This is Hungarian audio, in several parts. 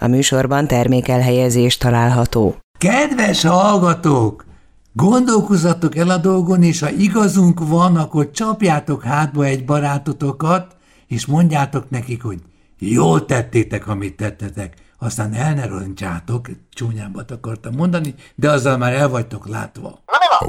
műsorban termékelhelyezés található. Kedves hallgatók! Gondolkozzatok el a dolgon, és ha igazunk van, akkor csapjátok hátba egy barátotokat, és mondjátok nekik, hogy jól tettétek, amit tettetek. Aztán el ne rontjátok, csúnyábbat akartam mondani, de azzal már el vagytok látva.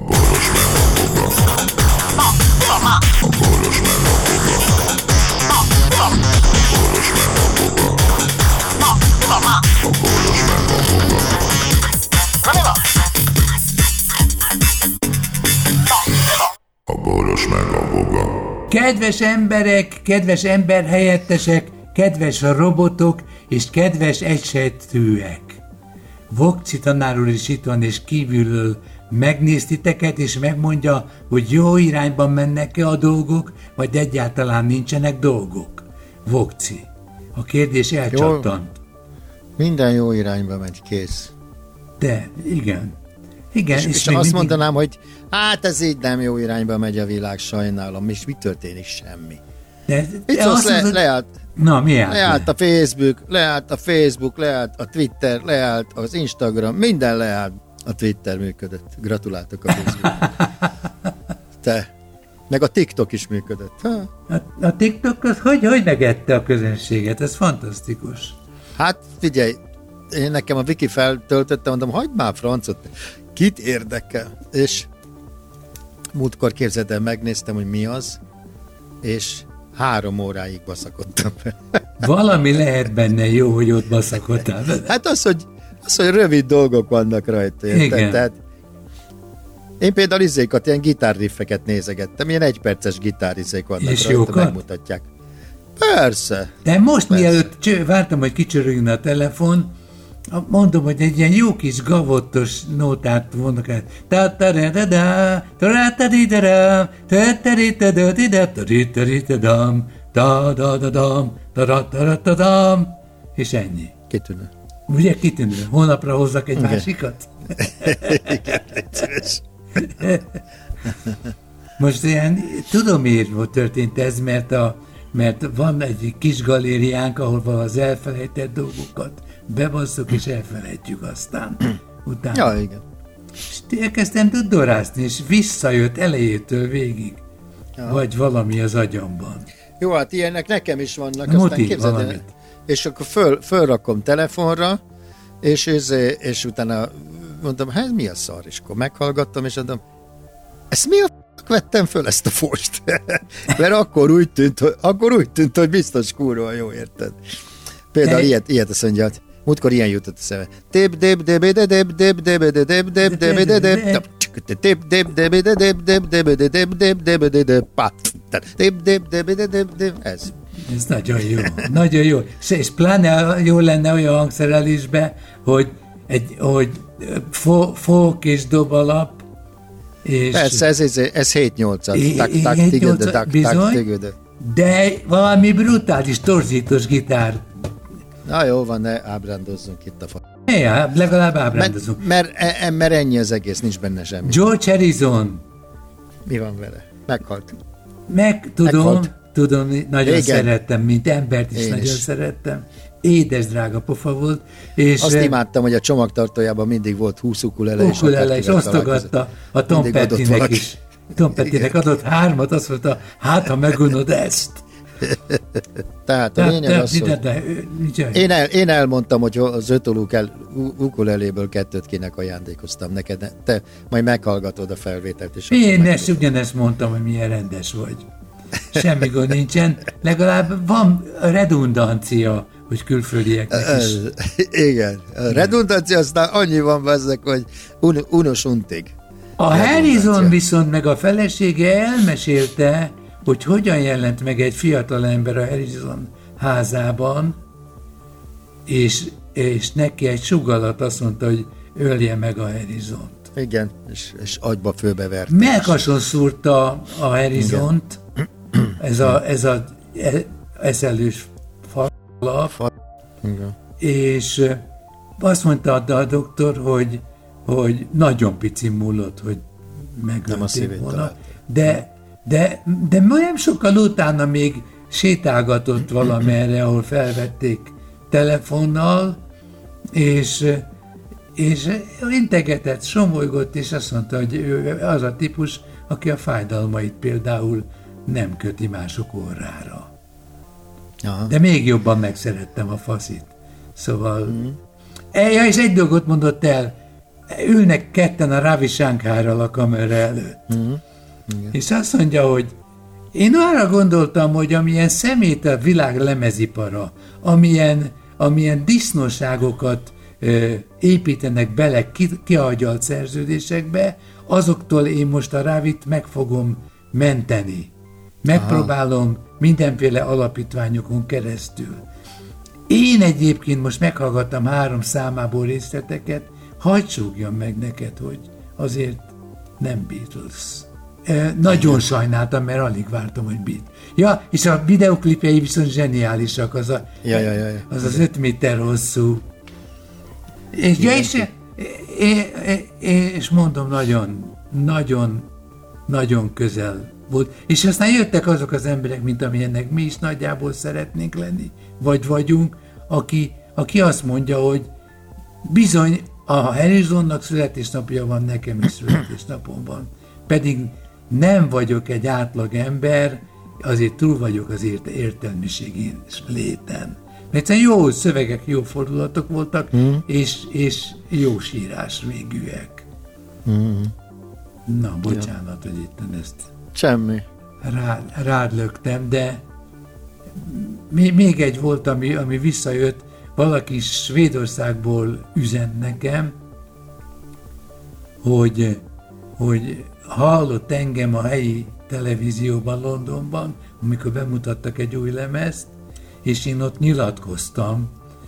A boros meg a boga. Kedves emberek, kedves emberhelyettesek, kedves robotok és kedves egysejtűek! Vokci tanár úr is itt van, és kívülről megnéz titeket, és megmondja, hogy jó irányban mennek-e a dolgok, vagy egyáltalán nincsenek dolgok. Vokci, a kérdés elcsattant. Minden jó irányba megy, kész. De, igen. Igen, és azt mindig... mondanám, hogy hát ez így nem jó irányba megy a világ, sajnálom, és mi történik? Semmi. Leállt. Na, mi állt? Leállt a Facebook, leállt a Twitter, leállt az Instagram, minden leállt. A Twitter működött. Gratuláltok a Facebook. Te. Meg a TikTok is működött. A TikTok az hogy megette a közönséget? Ez fantasztikus. Hát figyelj, én nekem a Viki feltöltötte, mondom, hagyd már francot, kit érdekel? És múltkor képzeld el, megnéztem, hogy mi az, és 3 óráig baszakodtam. Valami lehet benne jó, hogy ott baszakodtál. Hát az, hogy rövid dolgok vannak rajta. Igen. Tehát én például ilyen gitárriffeket nézegettem, ilyen 1 perces gitárizék vannak és rajta, jókat? megmutatják. Persze. De most mielőtt vártam, hogy kicsörögjön a telefon, mondom, hogy egy ilyen jó kis gavottos nótát vonnak el. És ennyi. Kitűnő. Ugye kitűnő? Holnapra hozzak egy másikat? Igen, egyszerűs. Most ilyen, tudom miért történt ez, mert van egy kis galériánk, ahol az elfelejtett dolgokat bebasszuk, és elfelejtjük aztán. Utána. Ja, igen. És elkezdtem dudorászni, és visszajött elejétől végig. Ja. Vagy valami az agyamban. Jó, hát ilyenek nekem is vannak. Aztán képzeld el, és akkor fölrakom telefonra, és utána mondtam, hát mi a szar? És akkor meghallgattam, és mondom, ezt mi a vettem föl ezt a fost? Mert akkor úgy tűnt, hogy biztos kurva jó, érted? Például ilyet azt mondja, múltkor ilyen jutott a szembe. Ez. Ez nagyon jó, nagyon jó. És pláne jó lenne olyan hangszerelésbe, hogy folk és dobalap, és persze, ez 7-8-as. Bizony, de valami brutális, torzítós gitár. Na jó van, ne ábrándozzunk itt a Ja, legalább ábrándozunk. Mert ennyi az egész, nincs benne semmi. George Harrison. Mi van vele? Meghalt. Tudom, nagyon igen. Szerettem, mint embert is Én nagyon is. Szerettem. Édes drága pofa volt. És azt imádtam, hogy a csomagtartójában mindig volt 20 ukulele, és osztogatta a Tom Pettynek is. Tom Pettynek adott 3, azt mondta, hát ha megunod ezt. Tehát a lényeg az, hogy én elmondtam, hogy az 5 ukuleléből 2 kinek ajándékoztam neked, te majd meghallgatod a felvételt. És én ugyanezt mondtam, hogy milyen rendes vagy. Semmi gond nincsen, legalább van redundancia, hogy külföldieknek is. Igen, a redundancia aztán annyi van bezzek, hogy unos untig. A Harrison viszont meg a felesége elmesélte, hogy hogyan jelent meg egy fiatal ember a Harrison házában, és neki egy sugallat azt mondta, hogy ölje meg a Harrisont. Igen, és agyba főbeverte. Melkason szúrta a Harrisont, ez a eszelős falap, és azt mondta a doktor, hogy nagyon pici múlott, hogy megölték volna. De nem sokkal utána még sétálgatott valamerre, ahol felvették telefonnal, és integetett, somolygott, és azt mondta, hogy ő az a típus, aki a fájdalmait például nem köti mások orrára. Aha. De még jobban megszerettem a faszit. Szóval... Ja, és egy dolgot mondott el, ülnek ketten a Ravi Shankarral a kamera előtt. És azt mondja, hogy én arra gondoltam, hogy amilyen szemét a világ lemezipara, amilyen disznóságokat építenek bele kiagyalt szerződésekbe, azoktól én most a Ravit meg fogom menteni. Megpróbálom mindenféle alapítványokon keresztül. Én egyébként most meghallgattam 3 számából részleteket, hadd súgjam meg neked, hogy azért nem Beatles. Nagyon sajnáltam, mert alig vártam, hogy Beatles. Ja, és a videoklipjei viszont zseniálisak, az 5 méter hosszú. És mondom, nagyon közel volt. És aztán jöttek azok az emberek, mint amilyennek mi is nagyjából szeretnénk lenni, vagy vagyunk, aki azt mondja, hogy bizony a Harrisonnak születésnapja van, nekem is születésnapom van. Pedig nem vagyok egy átlag ember, azért túl vagyok az értelmiségi léten. Mert jó szövegek, jó fordulatok voltak, és jó sírás végűek. Na, bocsánat, hogy itt ezt semmi. Rád löktem, de még egy volt, ami visszajött, valaki Svédországból üzent nekem, hogy hallott engem a helyi televízióban, Londonban, amikor bemutattak egy új lemezt, és én ott nyilatkoztam,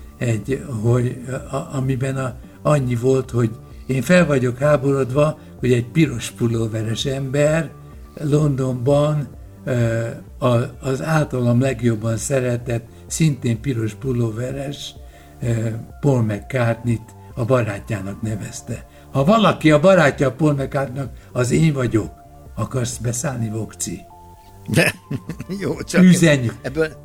amiben annyi volt, hogy én fel vagyok háborodva, hogy egy piros pulóveres ember Londonban az általam legjobban szeretett, szintén piros pulóveres Paul McCartney-t a barátjának nevezte. Ha valaki a barátja a Paul McCartney-nak, az én vagyok. Akarsz beszállni, Vokci? Jó, csak üzenjük.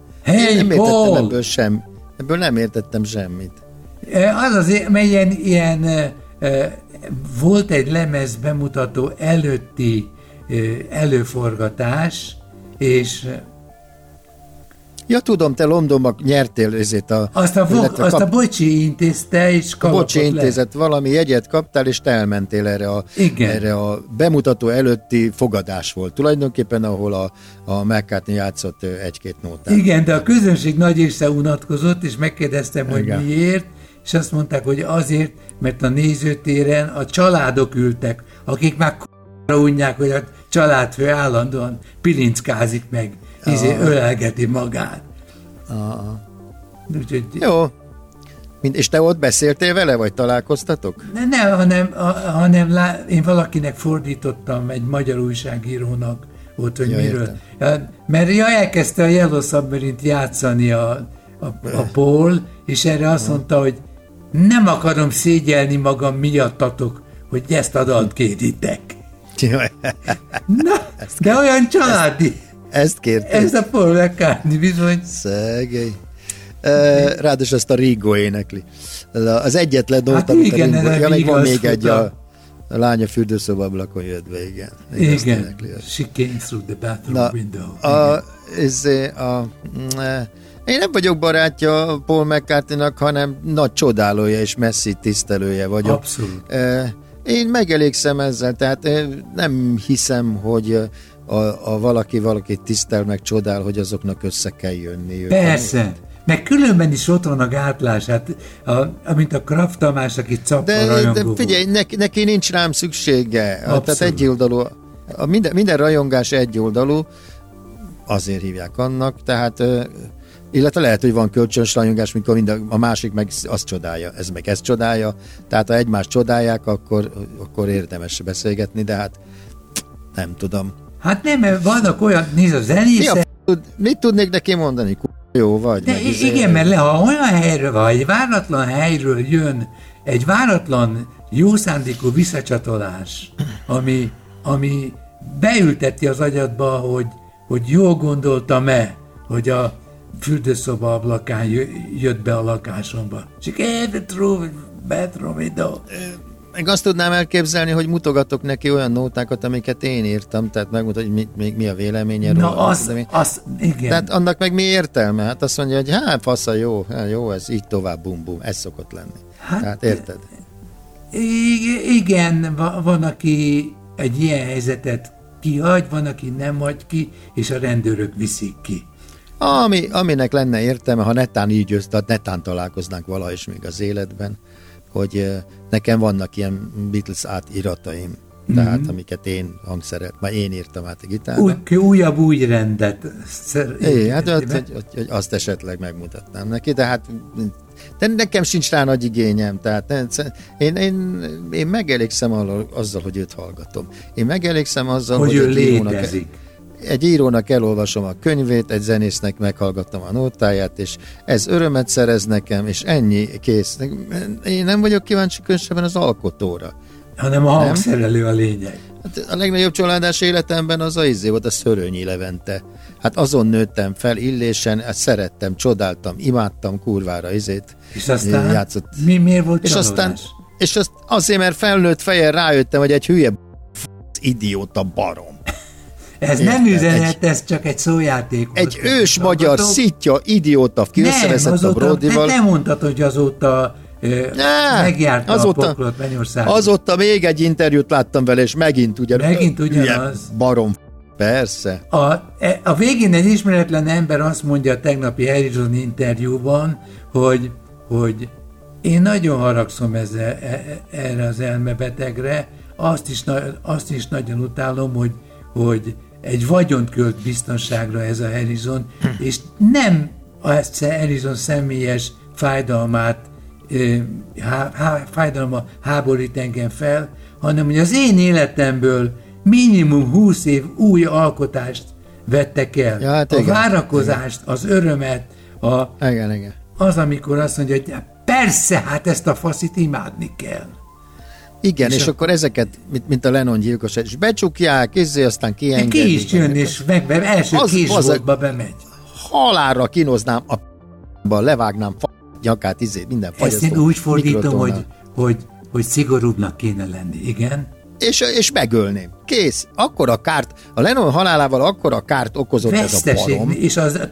Ebből nem értettem semmit. Az azért, mert ilyen volt egy lemez bemutató előtti előforgatás, és ja, tudom, te Londonban nyertél ezért azt a Bocsi intézte, és a Bocsi intézet valami jegyet kaptál, és te elmentél erre a bemutató előtti fogadás volt. Tulajdonképpen, ahol a McCartney játszott 1-2 nótát. Igen, de a közönség nagy része unatkozott, és megkérdeztem, hogy miért, és azt mondták, hogy azért, mert a nézőtéren a családok ültek, akik már unják, hogy a családfő állandóan pilinczkázik meg, ölelgeti magát. Úgyhogy... Jó. És te ott beszéltél vele, vagy találkoztatok? hanem én valakinek fordítottam, egy magyar újságírónak volt, hogy miről. Mert elkezdte a Yellow Submarine-t játszani a Paul, és erre azt mondta, hogy nem akarom szégyelni magam miattatok, hogy ezt a dalt kéritek. Na, de olyan családi. Ezt kérték. Ez a Paul McCartney bizony. Szegény. Ráadásul ezt a Ringo énekli. Az egyetlen nóta, amit a Ringo... Ja, meg van még egy a lánya fürdőszobablakon jött be, igen. Igen. She came through the bathroom window. Én nem vagyok barátja Paul McCartneynak, hanem nagy csodálója és messzi tisztelője vagyok. Abszolút. Én megelégszem ezzel, tehát nem hiszem, hogy valaki tisztel meg csodál, hogy azoknak össze kell jönni. Persze, meg különben is ott van a gátlás, hát, mint a Kraft Tamás, aki cappa rajongó. De figyelj, neki nincs rám szüksége. Tehát egyoldalú, minden rajongás egyoldalú, azért hívják annak, tehát illetve lehet, hogy van kölcsönös rajongás, mikor a másik meg azt csodálja, ez meg ezt csodálja, tehát ha egymást csodálják, akkor érdemes beszélgetni, de hát nem tudom. Hát nem, mert vannak olyan, nézd a zenészek... Mit tudnék neki mondani? Jó vagy. De igen, mert ha olyan helyről, ha egy váratlan helyről jön egy váratlan jó szándékú visszacsatolás, ami beülteti az agyadba, hogy jól gondoltam-e, hogy fürdőszoba ablakán jött be a lakásomba. Csak Meg azt tudnám elképzelni, hogy mutogatok neki olyan nótákat, amiket én írtam, tehát megmutatja, hogy mi a véleménye róla. Igen. Tehát annak meg mi értelme? Hát azt mondja, hogy fasza, jó, ez így tovább, bum, ez szokott lenni. Tehát érted? Igen, van, aki egy ilyen helyzetet kihagy, van, aki nem hagy ki, és a rendőrök viszik ki. Aminek lenne értelme, ha netán így netán találkoznánk valaha is még az életben, hogy nekem vannak ilyen Beatles átirataim, tehát amiket én már én írtam át a gitárra. Újabb új rendet. Hogy azt esetleg megmutatnám neki, de nekem sincs rá nagy igényem, tehát én megelégszem azzal, hogy őt hallgatom. Én megelégszem azzal, hogy ő létezik. Egy írónak elolvasom a könyvét, egy zenésznek meghallgattam a nótáját, és ez örömet szerez nekem, és ennyi, kész. Én nem vagyok kíváncsi különösebben az alkotóra. Hanem a hangszerelő a lényeg. Hát a legnagyobb csalódás életemben az volt a Szöröny Levente. Hát azon nőttem fel Illésen, ezt szerettem, csodáltam, imádtam kurvára izét. És aztán játszott. Miért volt csalódás? És azért, mert felnőtt fejjel rájöttem, hogy egy hülye idióta barom. Ez nem üzenet, ez csak egy szójáték. Egy ős magyar szitja, idióta, ki összeveszett a Brodyval. Nem mondtad, hogy azóta megjárta a poklot Mennyországon. Azóta még egy interjút láttam vele, és megint ugyanaz. Barom, persze. A végén egy ismeretlen ember azt mondja a tegnapi Harrison interjúban, hogy én nagyon haragszom erre az elmebetegre, azt is nagyon utálom, hogy egy vagyont költ biztonságra ez a Harrison, és nem Harrison személyes fájdalma háborít engem fel, hanem hogy az én életemből minimum 20 év új alkotást vettek el. Ja, hát a várakozást, az örömet, igen. Az, amikor azt mondja, hogy persze, hát ezt a faszit imádni kell. Igen, és akkor ezeket, mint a Lennon gyilkos, és becsukják, aztán kiengedik. Ki is jön, és első késboltba bemegy. Halálra kínoznám levágnám nyakát, minden fagyasztó. Ezt én úgy fordítom, hogy szigorúbbnak kéne lenni, igen? És megölném. Kész. Akkora kárt, a Lennon halálával akkora kárt okozott veszteség, ez a barom. És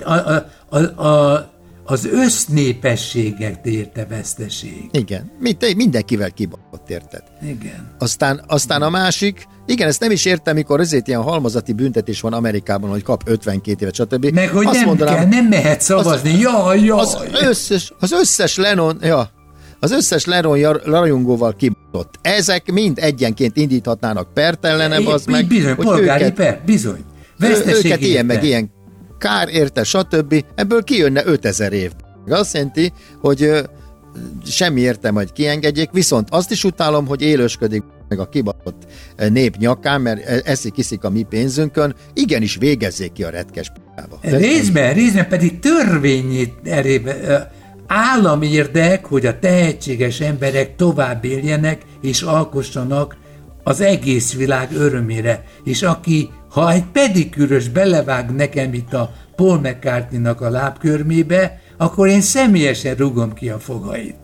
az össznépességet érte veszteség. Igen. Mindenkivel kibakott, érted? Igen. Aztán a másik, igen, ezt nem is értem, mikor azért ilyen halmazati büntetés van Amerikában, hogy kap 52 évet, stb. Meg, hogy nem mehet szavazni. Az összes Lennon rajongóval kibakott. Ezek mind egyenként indíthatnának pert ellenem, az meg... Bizony, polgári per, bizony. Őket ilyen meg ilyen kár érte, stb. Ebből kijönne 5000 év. Azt jelenti, hogy semmi értelme, hogy kiengedjék, viszont azt is utálom, hogy élősködik meg a kibaszott nép nyakán, mert eszik-iszik a mi pénzünkön, igenis végezzék ki a retkes p***ába. Részben pedig törvényi államérdek, hogy a tehetséges emberek tovább éljenek és alkossanak az egész világ örömére. És ha egy pedikűrös belevág nekem itt a Paul McCartney-nak a lábkörmébe, akkor én személyesen rugom ki a fogait.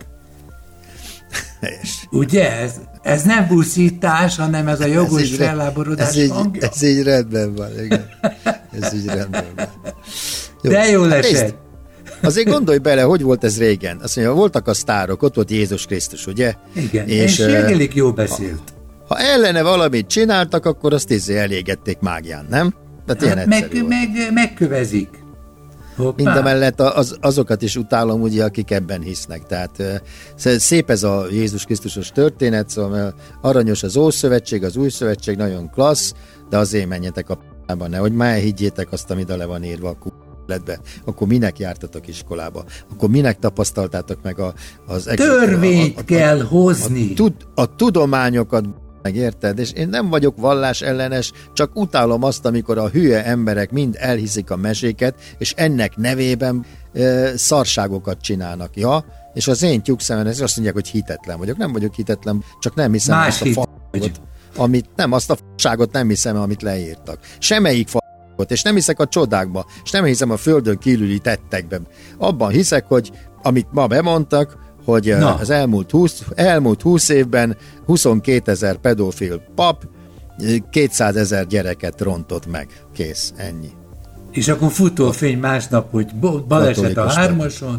Ugye? Ez nem buszítás, hanem ez a jogos felláborodás hangja. Ez így rendben van, igen. Ez így rendben van. De jól esett. Azért gondolj bele, hogy volt ez régen. Azt mondja, voltak a sztárok, ott volt Jézus Krisztus, ugye? Igen, és elég jól beszélt. Ha ellene valamit csináltak, akkor azt elégették mágián, nem? Tehát megkövezik. Mindemellett azokat is utálom, ugye, akik ebben hisznek. Tehát szép ez a Jézus Krisztusos történet, szóval aranyos az Ószövetség, az Új Szövetség, nagyon klassz, de azért menjetek a p***ában, nehogy már higgyétek azt, amit le van írva a életbe. Akkor minek jártatok iskolába? Akkor minek tapasztaltátok meg az... Törvényt kell hozni! A tudományokat megérted? És én nem vagyok vallás ellenes, csak utálom azt, amikor a hülye emberek mind elhiszik a meséket, és ennek nevében szarságokat csinálnak. Ja? És az én tyúkszemen azt mondják, hogy hitetlen vagyok. Nem vagyok hitetlen, csak nem hiszem azt a fasságot, amit nem, azt a fasságot nem hiszem, amit leírtak. Semmelyik és nem hiszek a csodákba, és nem hiszem a földön kívüli tettekben. Abban hiszek, hogy amit ma bemondtak, hogy az elmúlt 20 évben 22 000 pedofil pap 200 000 gyereket rontott meg. Kész, ennyi. És akkor futófény másnap, hogy baleset a 3-ason.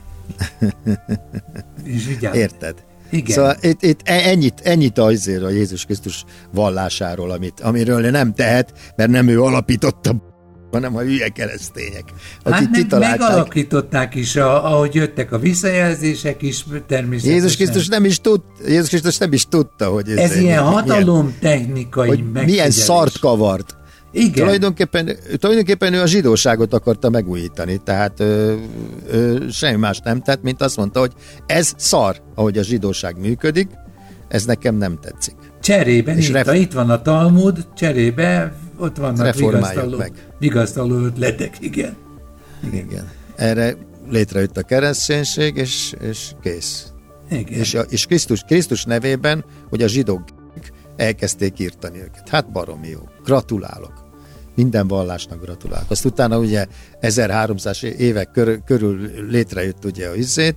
És vigyázz. Érted? Igen. Szóval itt ennyit azért a Jézus Krisztus vallásáról, amiről nem tehet, mert nem ő alapította, hanem a hülye keresztények. Hát megalakították is, ahogy jöttek a visszajelzések is természetesen. Jézus Krisztus nem is tudta, hogy ez ilyen hatalomtechnikai megfigyelés. Milyen szart kavart. Igen. Tulajdonképpen ő a zsidóságot akarta megújítani, tehát semmi más nem tett, mint azt mondta, hogy ez szar, ahogy a zsidóság működik, ez nekem nem tetszik. Cserében itt van a Talmud, cserébe ott vannak vigasztaló ötletek, igen. Erre létrejött a kereszténység, és kész. Igen. És Krisztus nevében, hogy a zsidók elkezdték írtani őket. Hát baromi jó. Gratulálok. Minden vallásnak gratulálok. Azt utána ugye 1300 évek körül létrejött ugye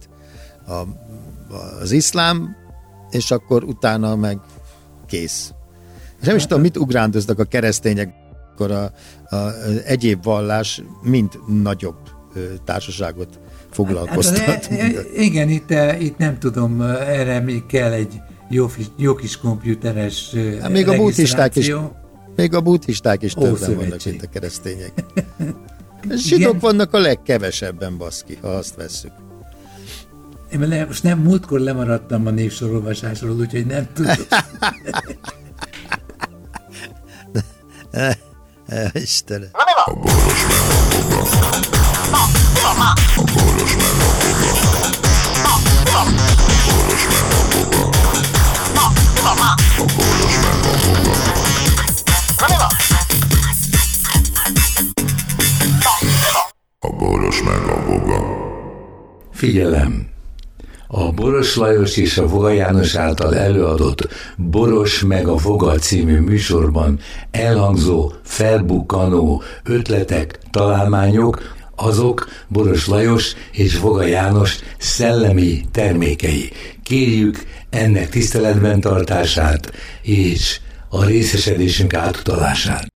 az iszlám, és akkor utána meg kész. Nem is tudom, mit ugrándoznak a keresztények, akkor a egyéb vallás mind nagyobb társaságot foglalkoztat. Hát, igen, itt nem tudom, erre még kell egy jó kis komputeres regisztráció. Még a buddhisták is többen vannak, mint a keresztények. Zsidók vannak a legkevesebben, baszki, ha azt vesszük. Én most múltkor lemaradtam a névsorolvasásról, úgyhogy nem tudom. Istenem. A boros meg a boga. Figyelem! A Boros Lajos és a Voga János által előadott Boros meg a Voga című műsorban elhangzó, felbukkanó ötletek, találmányok, azok Boros Lajos és Voga János szellemi termékei. Kérjük ennek tiszteletben tartását és a részesedésünk átutalását.